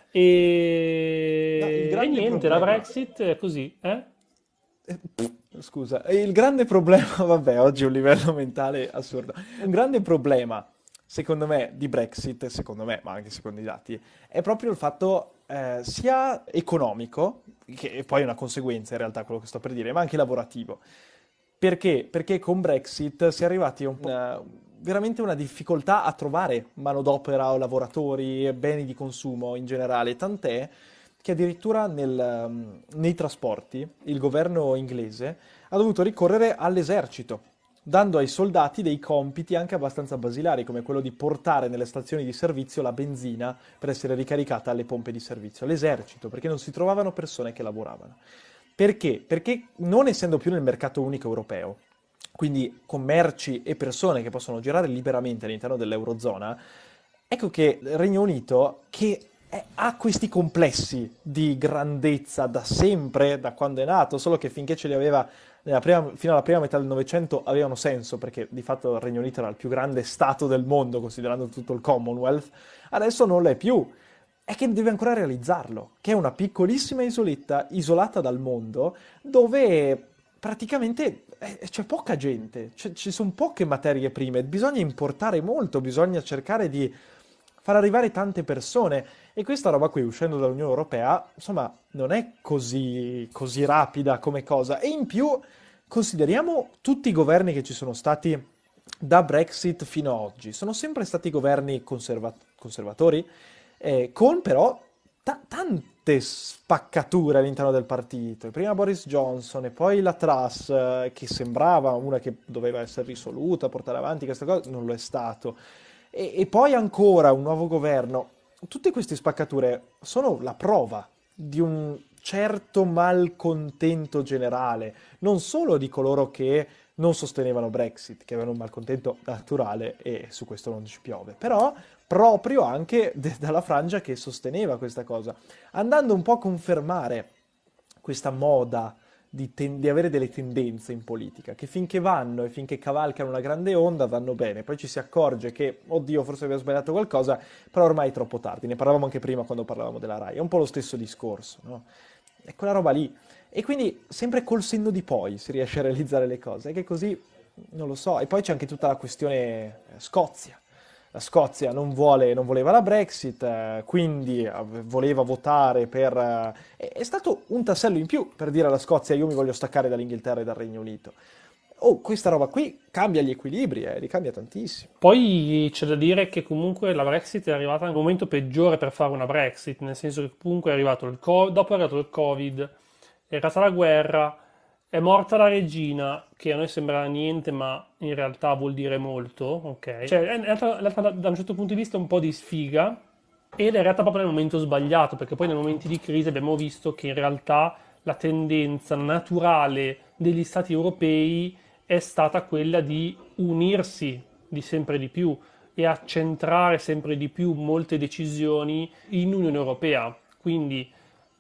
No, il E, e grande niente, la problema. Brexit è così, eh? Eh, pff, Scusa, e il grande problema, vabbè, oggi è un livello mentale assurdo. Un grande problema, secondo me, di Brexit, secondo me, ma anche secondo i dati, è proprio il fatto eh, sia economico, che è poi una conseguenza in realtà quello che sto per dire, ma anche lavorativo. Perché? Perché con Brexit si è arrivati a un po' una- veramente una difficoltà a trovare manodopera o lavoratori, beni di consumo in generale, tant'è che addirittura nel, um, nei trasporti il governo inglese ha dovuto ricorrere all'esercito, dando ai soldati dei compiti anche abbastanza basilari, come quello di portare nelle stazioni di servizio la benzina per essere ricaricata alle pompe di servizio. L'esercito, perché non si trovavano persone che lavoravano. Perché? Perché non essendo più nel mercato unico europeo, quindi con merci e persone che possono girare liberamente all'interno dell'Eurozona, ecco che il Regno Unito, che è- ha questi complessi di grandezza da sempre, da quando è nato, solo che finché ce li aveva nella prima- fino alla prima metà del Novecento avevano senso, perché di fatto il Regno Unito era il più grande stato del mondo, considerando tutto il Commonwealth, adesso non lo è più. È che deve ancora realizzarlo, che è una piccolissima isoletta isolata dal mondo, dove praticamente eh, c'è poca gente, c'è- ci sono poche materie prime, bisogna importare molto, bisogna cercare di far arrivare tante persone e questa roba qui, uscendo dall'Unione Europea, insomma, non è così, così rapida come cosa. E in più, consideriamo tutti i governi che ci sono stati da Brexit fino ad oggi. Sono sempre stati governi conserva- conservatori, eh, con però ta- tante spaccature all'interno del partito. Prima Boris Johnson e poi la Truss, eh, che sembrava una che doveva essere risoluta, portare avanti questa cosa, non lo è stato. E, e poi ancora un nuovo governo. Tutte queste spaccature sono la prova di un certo malcontento generale, non solo di coloro che non sostenevano Brexit, che avevano un malcontento naturale e su questo non ci piove, però proprio anche de- dalla frangia che sosteneva questa cosa, andando un po' a confermare questa moda di, ten- di avere delle tendenze in politica, che finché vanno e finché cavalcano una grande onda vanno bene, poi ci si accorge che, oddio, forse abbiamo sbagliato qualcosa, però ormai è troppo tardi, ne parlavamo anche prima quando parlavamo della Rai, è un po' lo stesso discorso, no? È quella roba lì. E quindi sempre col senno di poi si riesce a realizzare le cose, è che così, non lo so, e poi c'è anche tutta la questione eh, Scozia. La Scozia non vuole, non voleva la Brexit, eh, quindi eh, voleva votare per... eh, è, è stato un tassello in più per dire alla Scozia io mi voglio staccare dall'Inghilterra e dal Regno Unito. Oh, questa roba qui cambia gli equilibri, eh, li cambia tantissimo. Poi c'è da dire che comunque la Brexit è arrivata nel momento peggiore per fare una Brexit, nel senso che comunque è arrivato il co- dopo è arrivato il Covid, è arrivata la guerra, è morta la regina, che a noi sembra niente, ma in realtà vuol dire molto, ok? Cioè, è andata, è andata da un certo punto di vista un po' di sfiga, ed è arrivata proprio nel momento sbagliato, perché poi nei momenti di crisi abbiamo visto che in realtà la tendenza naturale degli stati europei è stata quella di unirsi di sempre di più e accentrare sempre di più molte decisioni in Unione Europea. Quindi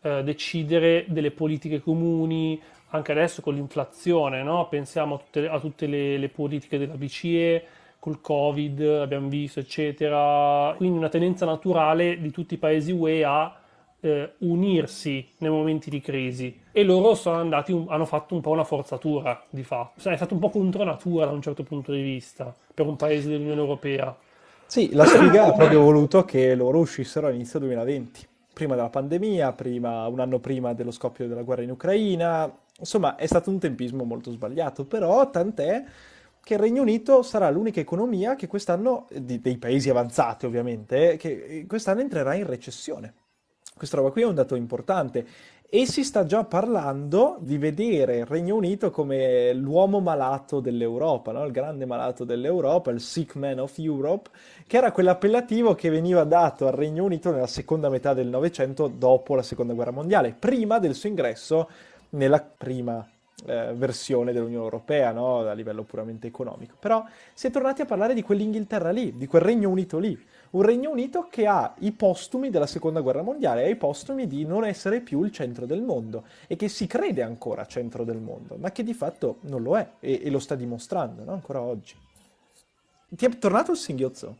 eh, decidere delle politiche comuni, anche adesso con l'inflazione, no? Pensiamo a tutte, a tutte le, le politiche della B C E, col Covid, abbiamo visto, eccetera. Quindi una tendenza naturale di tutti i paesi U E a eh, unirsi nei momenti di crisi. E loro sono andati, un- hanno fatto un po' una forzatura, di fatto. Cioè, è stato un po' contro natura da un certo punto di vista, per un paese dell'Unione Europea. Sì, la sfiga ha proprio voluto che loro uscissero all'inizio duemilaventi, prima della pandemia, prima, un anno prima dello scoppio della guerra in Ucraina. Insomma, è stato un tempismo molto sbagliato, però tant'è che il Regno Unito sarà l'unica economia che quest'anno, di- dei paesi avanzati ovviamente, eh, che quest'anno entrerà in recessione. Questa roba qui è un dato importante e si sta già parlando di vedere il Regno Unito come l'uomo malato dell'Europa, no? Il grande malato dell'Europa, il sick man of Europe, che era quell'appellativo che veniva dato al Regno Unito nella seconda metà del Novecento, dopo la Seconda Guerra Mondiale, prima del suo ingresso nella prima eh, versione dell'Unione Europea, no? A livello puramente economico. Però si è tornati a parlare di quell'Inghilterra lì, di quel Regno Unito lì. Un Regno Unito che ha i postumi della Seconda Guerra Mondiale, ha i postumi di non essere più il centro del mondo e che si crede ancora centro del mondo, ma che di fatto non lo è e, e lo sta dimostrando, no? Ancora oggi. Ti è tornato il singhiozzo?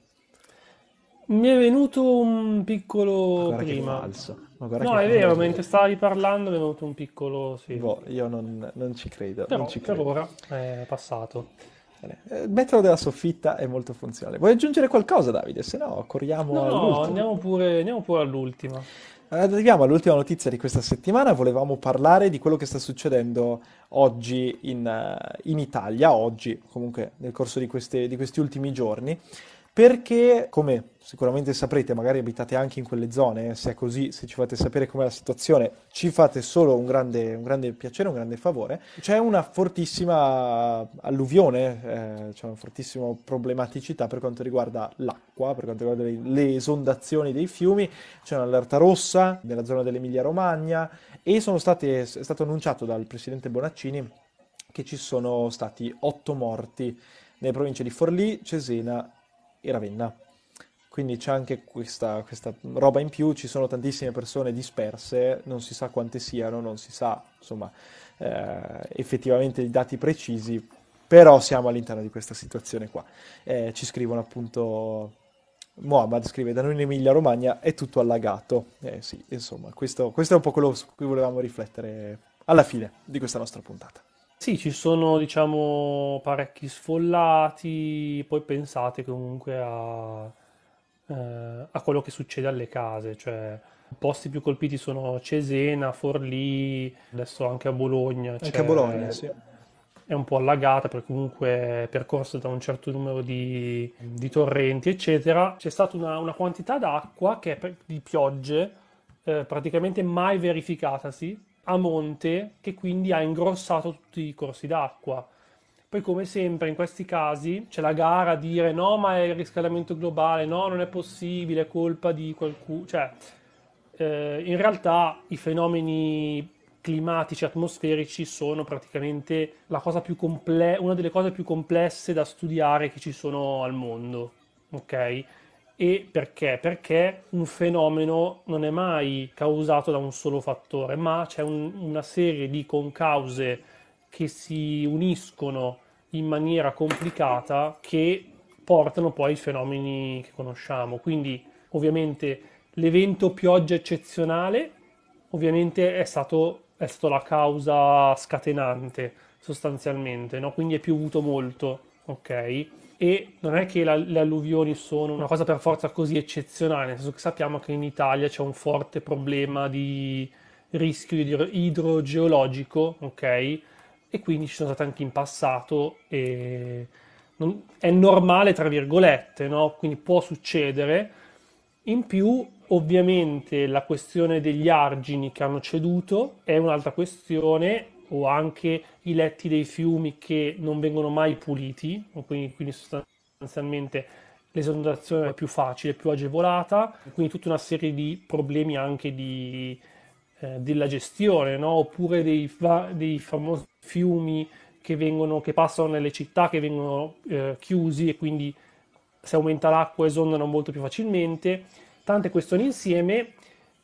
Mi è venuto un Ma piccolo guarda che prima. falso, ma guarda No, che è vero, falso. mentre stavi parlando mi è venuto un piccolo, sì. Boh, io non, non ci credo, non Però ci per credo. ora è passato. Bene. Eh, Il metodo della soffitta è molto funzionale. Vuoi aggiungere qualcosa, Davide? Se no, corriamo No, all'ultimo. andiamo pure, andiamo pure all'ultima. Arriviamo all'ultima notizia di questa settimana. Volevamo parlare di quello che sta succedendo oggi in, eh, in Italia, oggi, comunque nel corso di queste- di questi ultimi giorni, perché, come sicuramente saprete, magari abitate anche in quelle zone, eh, se è così, se ci fate sapere com'è la situazione, ci fate solo un grande, un grande piacere, un grande favore. C'è una fortissima alluvione, eh, c'è una fortissima problematicità per quanto riguarda l'acqua, per quanto riguarda le, le esondazioni dei fiumi. C'è un'allerta rossa nella zona dell'Emilia-Romagna e sono state, è stato annunciato dal presidente Bonaccini che ci sono stati otto morti nelle province di Forlì, Cesena e Ravenna. Quindi c'è anche questa, questa roba in più, ci sono tantissime persone disperse, non si sa quante siano, non si sa, insomma, eh, effettivamente i dati precisi, però siamo all'interno di questa situazione qua. Eh, ci scrivono appunto, Muhammad scrive, da noi in Emilia-Romagna è tutto allagato. Eh sì, insomma, questo, questo è un po' quello su cui volevamo riflettere alla fine di questa nostra puntata. Sì, ci sono, diciamo, parecchi sfollati, poi pensate comunque a, eh, a quello che succede alle case, cioè i posti più colpiti sono Cesena, Forlì, adesso anche a Bologna, Anche a Bologna, c'è sì. è un po' allagata perché comunque è percorsa da un certo numero di, di torrenti, eccetera. C'è stata una, una quantità d'acqua che è per- di piogge eh, praticamente mai verificatasi a monte, che quindi ha ingrossato tutti i corsi d'acqua. Poi, come sempre, in questi casi c'è la gara a dire no, ma è il riscaldamento globale, no, non è possibile, è colpa di qualcuno. Cioè, eh, in realtà i fenomeni climatici atmosferici sono praticamente la cosa più comple- una delle cose più complesse da studiare che ci sono al mondo, ok? E perché? Perché un fenomeno non è mai causato da un solo fattore, ma c'è un- una serie di concause che si uniscono in maniera complicata che portano poi ai fenomeni che conosciamo. Quindi, ovviamente, l'evento pioggia eccezionale, ovviamente è stato, è stato la causa scatenante, sostanzialmente, no? Quindi è piovuto molto, ok? E non è che la- le alluvioni sono una cosa per forza così eccezionale, nel senso che sappiamo che in Italia c'è un forte problema di rischio idro- idrogeologico, ok? E quindi ci sono state anche in passato e non- è normale, tra virgolette, no? Quindi può succedere. In più, ovviamente, la questione degli argini che hanno ceduto è un'altra questione, o anche i letti dei fiumi che non vengono mai puliti, quindi, quindi sostanzialmente l'esondazione è più facile, più agevolata, quindi tutta una serie di problemi anche di, eh, della gestione, no? Oppure dei, fa- dei famosi fiumi che vengono, che passano nelle città, che vengono eh, chiusi e quindi se aumenta l'acqua esondano molto più facilmente, tante questioni insieme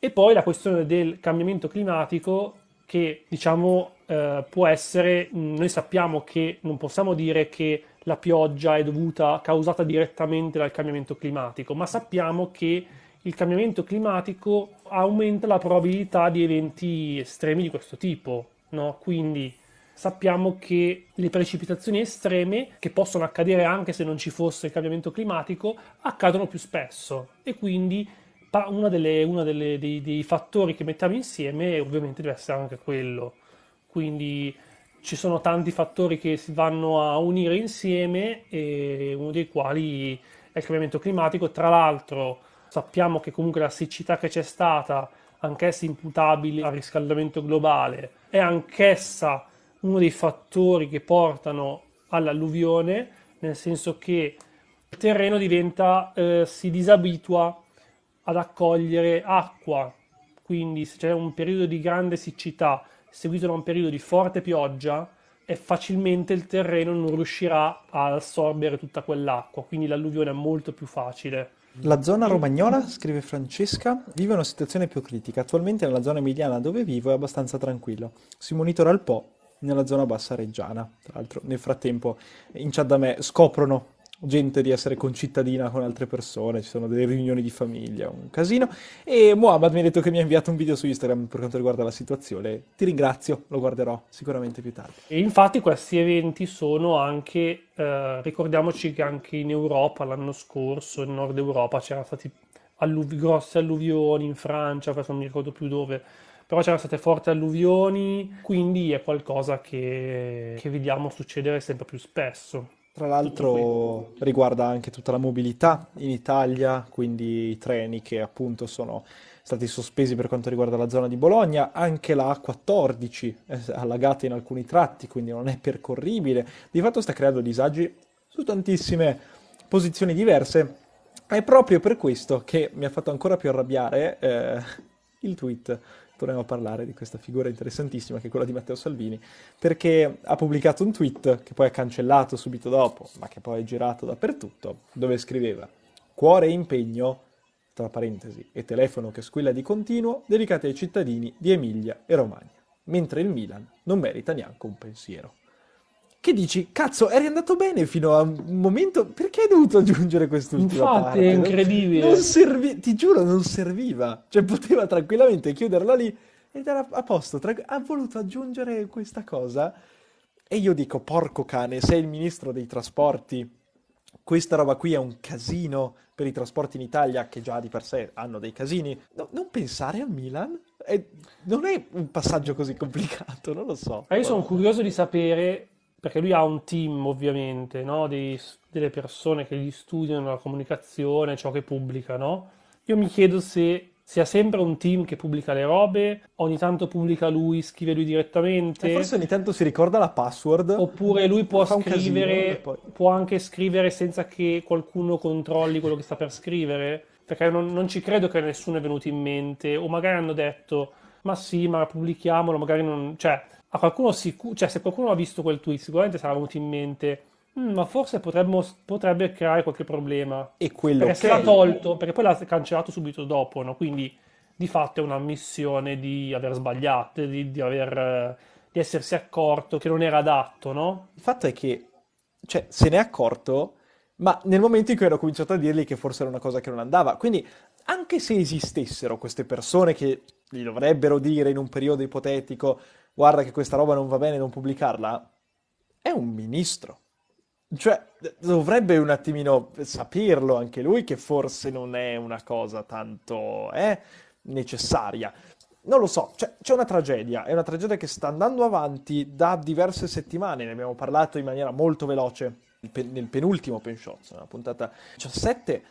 E poi la questione del cambiamento climatico che diciamo eh, può essere, mh, noi sappiamo che non possiamo dire che la pioggia è dovuta, causata direttamente dal cambiamento climatico, ma sappiamo che il cambiamento climatico aumenta la probabilità di eventi estremi di questo tipo, no? Quindi sappiamo che le precipitazioni estreme, che possono accadere anche se non ci fosse il cambiamento climatico, accadono più spesso e quindi pa- una delle, una delle- dei, dei fattori che mettiamo insieme ovviamente deve essere anche quello. Quindi ci sono tanti fattori che si vanno a unire insieme e uno dei quali è il cambiamento climatico. Tra l'altro sappiamo che comunque la siccità che c'è stata, anch'essa imputabile al riscaldamento globale, è anch'essa uno dei fattori che portano all'alluvione, nel senso che il terreno diventa, eh, si disabitua ad accogliere acqua, quindi se c'è un periodo di grande siccità seguito da un periodo di forte pioggia, e facilmente il terreno non riuscirà ad assorbire tutta quell'acqua, quindi l'alluvione è molto più facile. La zona romagnola, scrive Francesca, vive una situazione più critica. Attualmente nella zona emiliana dove vivo è abbastanza tranquillo. Si monitora il Po nella zona bassa reggiana. Tra l'altro, nel frattempo, in chat da me scoprono gente di essere concittadina con altre persone, ci sono delle riunioni di famiglia, un casino. E Muhammad mi ha detto che mi ha inviato un video su Instagram per quanto riguarda la situazione. Ti ringrazio, lo guarderò sicuramente più tardi. E infatti questi eventi sono anche, eh, ricordiamoci che anche in Europa l'anno scorso, in Nord Europa, c'erano stati alluvi- grosse alluvioni in Francia, adesso non mi ricordo più dove, però c'erano state forti alluvioni, quindi è qualcosa che, che vediamo succedere sempre più spesso. Tra Tutto qui. l'altro riguarda anche tutta la mobilità in Italia, quindi i treni che appunto sono stati sospesi per quanto riguarda la zona di Bologna, anche la A quattordici è allagata in alcuni tratti, quindi non è percorribile. Di fatto sta creando disagi su tantissime posizioni diverse. È proprio per questo che mi ha fatto ancora più arrabbiare eh, il tweet. Torniamo a parlare di questa figura interessantissima che è quella di Matteo Salvini, perché ha pubblicato un tweet che poi è cancellato subito dopo, ma che poi è girato dappertutto, dove scriveva: cuore e impegno, tra parentesi, e telefono che squilla di continuo, dedicati ai cittadini di Emilia e Romagna, mentre il Milan non merita neanche un pensiero. Che dici, cazzo, eri andato bene fino a un momento, perché hai dovuto aggiungere quest'ultima Infatti è parte? Non, non incredibile. servi, ti giuro, non serviva. Cioè, poteva tranquillamente chiuderla lì ed era a posto. Tra- ha voluto aggiungere questa cosa e io dico, porco cane, sei il ministro dei trasporti, questa roba qui è un casino per i trasporti in Italia, che già di per sé hanno dei casini. No, non pensare al Milan? È- non è un passaggio così complicato, non lo so. Ma io sono curioso di sapere, perché lui ha un team ovviamente, no? Dei- delle persone che gli studiano la comunicazione, ciò che pubblica, no? Io mi chiedo se sia sempre un team che pubblica le robe, ogni tanto pubblica lui, scrive lui E forse direttamente, ogni tanto si ricorda la password, oppure lui può fa un casino e scrivere, poi... può anche scrivere senza che qualcuno controlli quello che sta per scrivere, perché non, non ci credo che a nessuno è venuto in mente, o magari hanno detto, ma sì, ma pubblichiamolo, magari non... Cioè, a qualcuno sicu- cioè, se qualcuno ha visto quel tweet, sicuramente sarà venuto in mente, "Mm, ma forse potremmo- potrebbe creare qualche problema. E quello Perché che se è l'ha il... tolto, perché poi l'ha cancellato subito dopo, no? Quindi di fatto è un'ammissione di aver sbagliato, di, di aver, eh, di essersi accorto che non era adatto, no? Il fatto è che, cioè, se n'è accorto, ma nel momento in cui hanno cominciato a dirgli che forse era una cosa che non andava. Quindi, anche se esistessero queste persone che gli dovrebbero dire in un periodo ipotetico, guarda che questa roba non va bene, non pubblicarla, è un ministro. Cioè, dovrebbe un attimino saperlo anche lui che forse non è una cosa tanto eh, necessaria. Non lo so, cioè, c'è una tragedia, è una tragedia che sta andando avanti da diverse settimane, ne abbiamo parlato in maniera molto veloce nel pe- nel penultimo Penshot, nella puntata diciassette,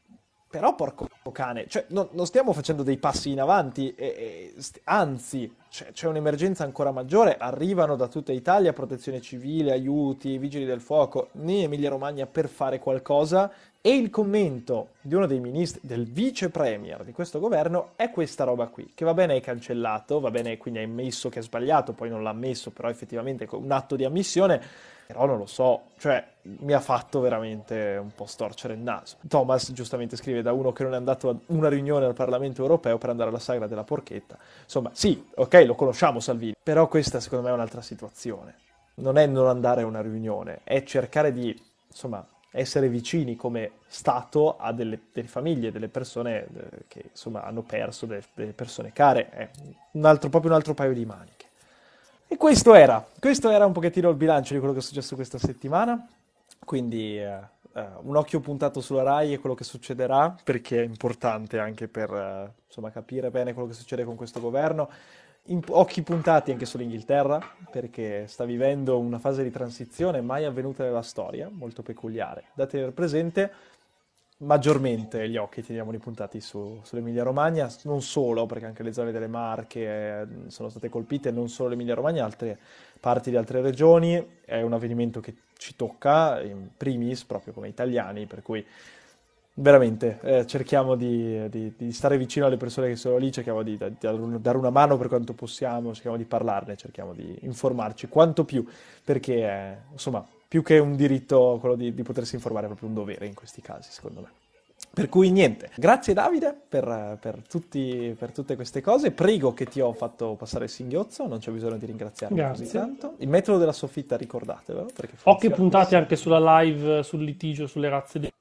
però porco cane, cioè, no- non stiamo facendo dei passi in avanti, e- e st- anzi, c'è c'è un'emergenza ancora maggiore, arrivano da tutta Italia protezione civile, aiuti, vigili del fuoco, in Emilia-Romagna per fare qualcosa, e il commento di uno dei ministri, del vice premier di questo governo, è questa roba qui, che va bene è cancellato, va bene quindi hai ammesso che è sbagliato, poi non l'ha ammesso, però effettivamente è un atto di ammissione, però non lo so, cioè mi ha fatto veramente un po' storcere il naso. Thomas giustamente scrive: da uno che non è andato a una riunione al Parlamento europeo per andare alla sagra della porchetta. Insomma, sì, ok, lo conosciamo Salvini, però questa secondo me è un'altra situazione. Non è non andare a una riunione, è cercare di, insomma, essere vicini come Stato a delle, delle famiglie, delle persone eh, che insomma hanno perso, delle, delle persone care. È un altro, proprio un altro paio di maniche. E questo era, questo era un pochettino il bilancio di quello che è successo questa settimana. Quindi eh, eh, un occhio puntato sulla Rai e quello che succederà, perché è importante anche per eh, insomma, capire bene quello che succede con questo governo. In- occhi puntati anche sull'Inghilterra, perché sta vivendo una fase di transizione mai avvenuta nella storia, molto peculiare. Da tenere presente maggiormente gli occhi teniamoli puntati su, sull'Emilia-Romagna, non solo, perché anche le zone delle Marche eh, sono state colpite, non solo l'Emilia-Romagna, altre parti di altre regioni. È un avvenimento che ci tocca in primis, proprio come italiani, per cui veramente eh, cerchiamo di, di- di stare vicino alle persone che sono lì, cerchiamo di, da- di dare un- dare una mano per quanto possiamo, cerchiamo di parlarne, cerchiamo di informarci quanto più, perché è, insomma, più che un diritto quello di, di potersi informare, è proprio un dovere in questi casi, secondo me. Per cui niente, grazie Davide per, per tutti- per tutte queste cose, prego che ti ho fatto passare il singhiozzo, non c'è bisogno di ringraziarmi così Grazie. tanto. Il metodo della soffitta ricordatevelo, perché Occhi funziona. puntati anche sulla live sul litigio sulle razze dei...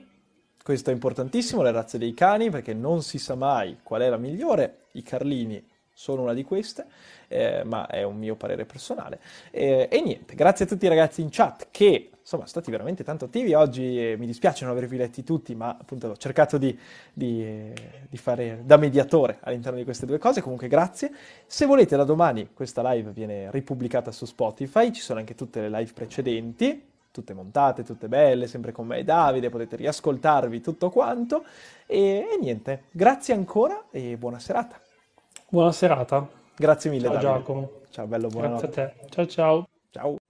Questo è importantissimo, le razze dei cani, perché non si sa mai qual è la migliore. I Carlini sono una di queste, eh, ma è un mio parere personale. Eh, e niente, grazie a tutti i ragazzi in chat che, insomma, sono stati veramente tanto attivi oggi. Eh, mi dispiace non avervi letti tutti, ma appunto ho cercato di, di, eh, di fare da mediatore all'interno di queste due cose. Comunque grazie. Se volete, da domani questa live viene ripubblicata su Spotify, ci sono anche tutte le live precedenti, tutte montate, tutte belle, sempre con me e Davide, potete riascoltarvi tutto quanto. E, e niente, grazie ancora e buona serata. Buona serata. Grazie mille Ciao Davide. Giacomo. Ciao bello, Grazie a buonanotte. te. Ciao ciao. Ciao.